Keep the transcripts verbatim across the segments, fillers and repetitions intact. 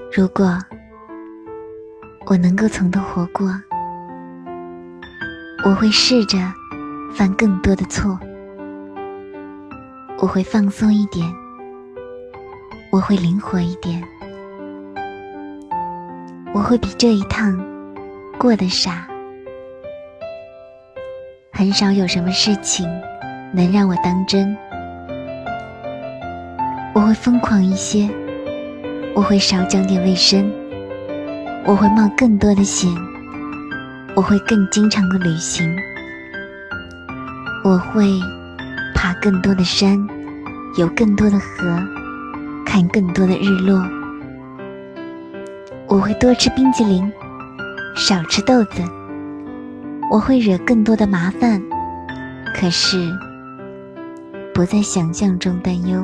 如果我能够从头活过，我会试着犯更多的错，我会放松一点，我会灵活一点，我会比这一趟过得傻。很少有什么事情能让我当真，我会疯狂一些，我会少讲点卫生，我会冒更多的险，我会更经常的旅行，我会爬更多的山，游更多的河，看更多的日落，我会多吃冰激凌，少吃豆子，我会惹更多的麻烦，可是不在想象中担忧。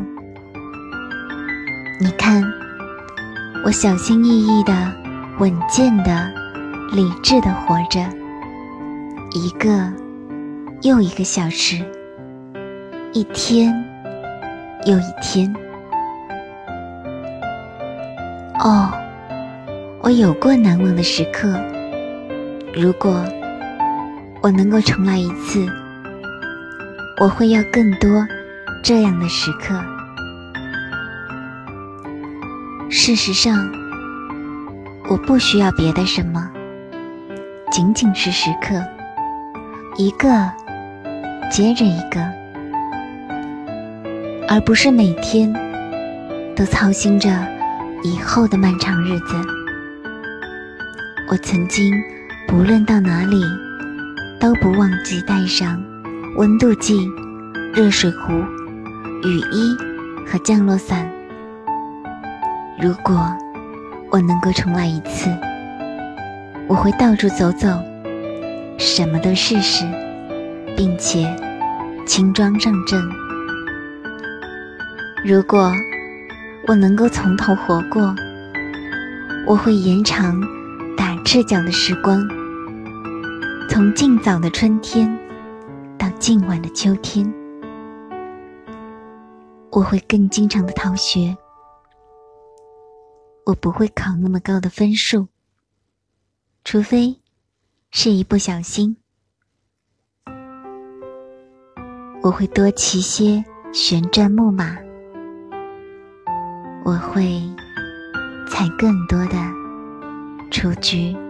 你看，我小心翼翼的、稳健的、理智的活着，一个又一个小时，一天又一天。哦，我有过难忘的时刻，如果我能够重来一次，我会要更多这样的时刻。事实上，我不需要别的什么，仅仅是时刻，一个接着一个，而不是每天都操心着以后的漫长日子。我曾经不论到哪里都不忘记带上温度计、热水壶、雨衣和降落伞。如果我能够重来一次，我会到处走走，什么都试试，并且轻装上阵。如果我能够从头活过，我会延长打赤脚的时光，从尽早的春天到尽晚的秋天。我会更经常的逃学，我不会考那么高的分数，除非是一不小心。我会多骑些旋转木马，我会采更多的雏菊。